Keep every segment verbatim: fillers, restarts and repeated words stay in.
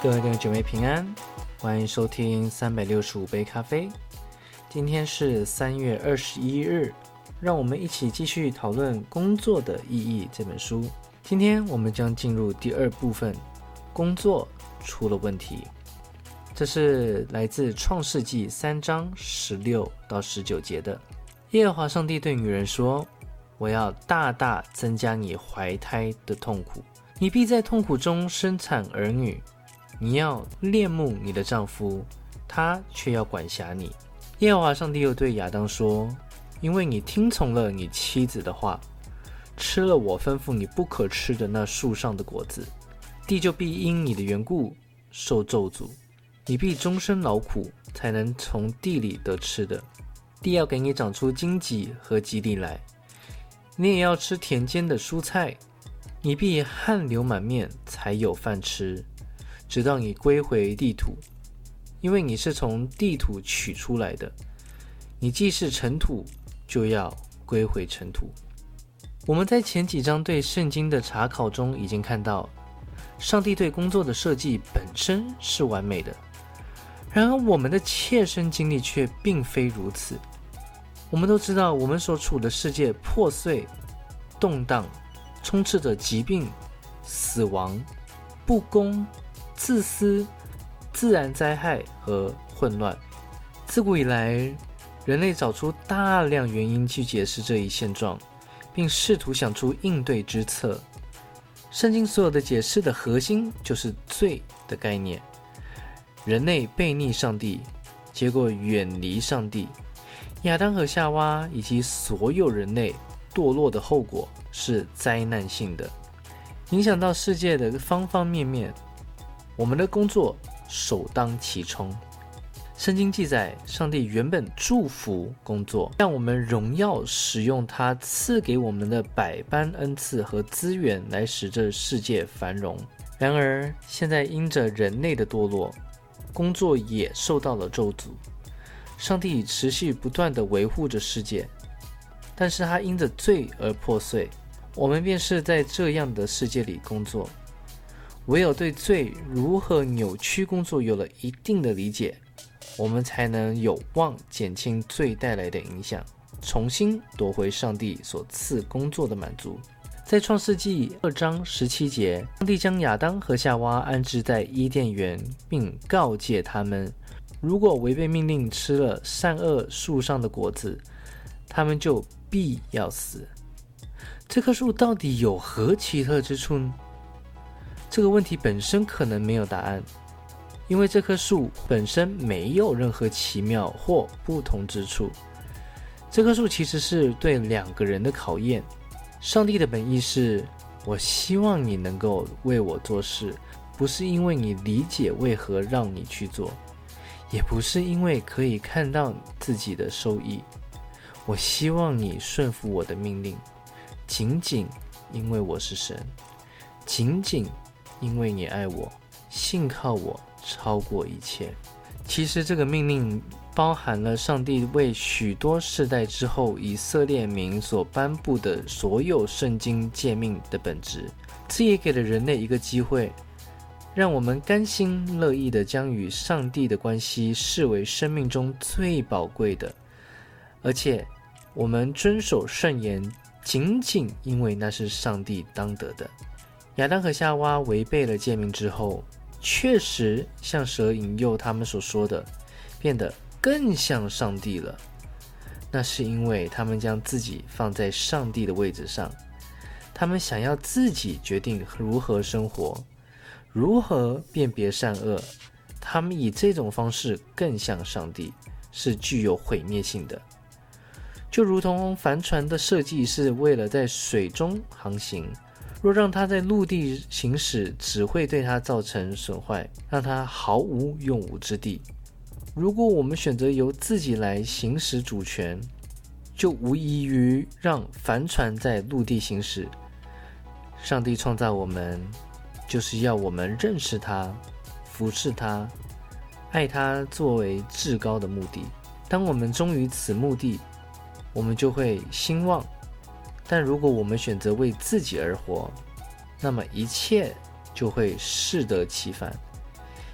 各位弟兄姐妹平安，欢迎收听三百六十五杯咖啡。今天是三月二十一日，让我们一起继续讨论《工作的意义》这本书。今天我们将进入第二部分，工作出了问题。这是来自创世纪三章十六到十九节的。耶和华上帝对女人说，我要大大增加你怀胎的痛苦，你必在痛苦中生产儿女。你要恋慕你的丈夫，他却要管辖你。耶和华上帝又对亚当说，因为你听从了你妻子的话，吃了我吩咐你不可吃的那树上的果子，地就必因你的缘故受咒诅，你必终身劳苦，才能从地里得吃的。地要给你长出荆棘和蒺藜来，你也要吃田间的蔬菜，你必汗流满面，才有饭吃，直到你归回地土，因为你是从地土取出来的，你既是尘土，就要归回尘土。我们在前几章对圣经的查考中已经看到，上帝对工作的设计本身是完美的，然而我们的切身经历却并非如此。我们都知道，我们所处的世界破碎、动荡，充斥着疾病、死亡、不公、自私、自然灾害和混乱。自古以来，人类找出大量原因去解释这一现状，并试图想出应对之策。圣经所有的解释的核心就是罪的概念。人类背逆上帝，结果远离上帝。亚当和夏娃以及所有人类堕落的后果是灾难性的，影响到世界的方方面面。我们的工作首当其冲。圣经记载，上帝原本祝福工作，让我们荣耀使用他赐给我们的百般恩赐和资源来使这世界繁荣。然而现在因着人类的堕落，工作也受到了咒诅。上帝持续不断地维护着世界，但是他因着罪而破碎。我们便是在这样的世界里工作。唯有对罪如何扭曲工作有了一定的理解，我们才能有望减轻罪带来的影响，重新夺回上帝所赐工作的满足。在创世纪二章十七节，上帝将亚当和夏娃安置在伊甸园，并告诫他们，如果违背命令吃了善恶树上的果子，他们就必要死。这棵树到底有何奇特之处呢？这个问题本身可能没有答案，因为这棵树本身没有任何奇妙或不同之处。这棵树其实是对两个人的考验。上帝的本意是，我希望你能够为我做事，不是因为你理解为何让你去做，也不是因为可以看到自己的收益。我希望你顺服我的命令，仅仅因为我是神，仅仅因为你爱我，信靠我超过一切。其实这个命令包含了上帝为许多世代之后以色列民所颁布的所有圣经诫命的本质。这也给了人类一个机会，让我们甘心乐意地将与上帝的关系视为生命中最宝贵的，而且我们遵守圣言，仅仅因为那是上帝当得的。亚当和夏娃违背了诫命之后，确实像蛇引诱他们所说的，变得更像上帝了。那是因为他们将自己放在上帝的位置上，他们想要自己决定如何生活，如何辨别善恶。他们以这种方式更像上帝，是具有毁灭性的。就如同帆船的设计是为了在水中航行，若让它在陆地行驶，只会对它造成损坏，让它毫无用武之地。如果我们选择由自己来行使主权，就无异于让帆船在陆地行驶。上帝创造我们，就是要我们认识他，服侍他，爱他作为至高的目的。当我们忠于此目的，我们就会兴旺。但如果我们选择为自己而活，那么一切就会适得其反。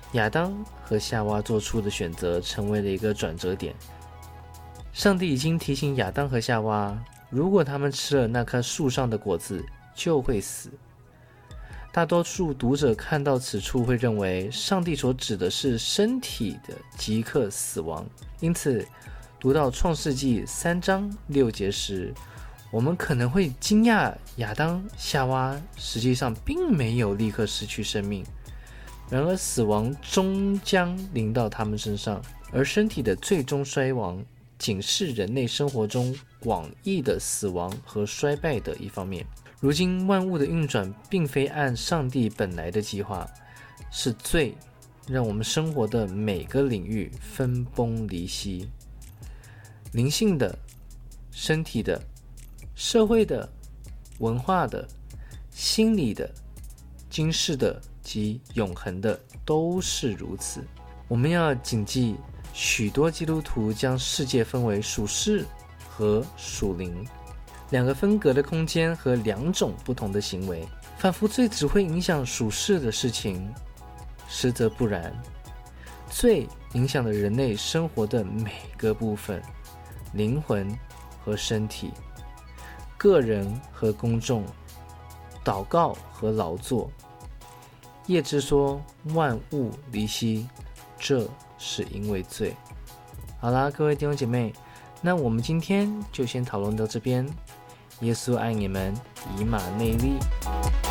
亚当和夏娃做出的选择成为了一个转折点。上帝已经提醒亚当和夏娃，如果他们吃了那棵树上的果子，就会死。大多数读者看到此处会认为，上帝所指的是身体的即刻死亡。因此，读到创世纪三章六节时，我们可能会惊讶亚当、夏娃实际上并没有立刻失去生命，然而死亡终将临到他们身上，而身体的最终衰亡仅是人类生活中广义的死亡和衰败的一方面。如今万物的运转并非按上帝本来的计划，是罪让我们生活的每个领域分崩离析，灵性的、身体的、社会的、文化的、心理的、今世的及永恒的都是如此。我们要谨记，许多基督徒将世界分为属世和属灵，两个分隔的空间和两种不同的行为，仿佛罪只会影响属世的事情，实则不然。罪影响了人类生活的每个部分，灵魂和身体，个人和公众，祷告和劳作。叶芝说万物离析，这是因为罪。好啦，各位弟兄姐妹，那我们今天就先讨论到这边。耶稣爱你们，以马内利。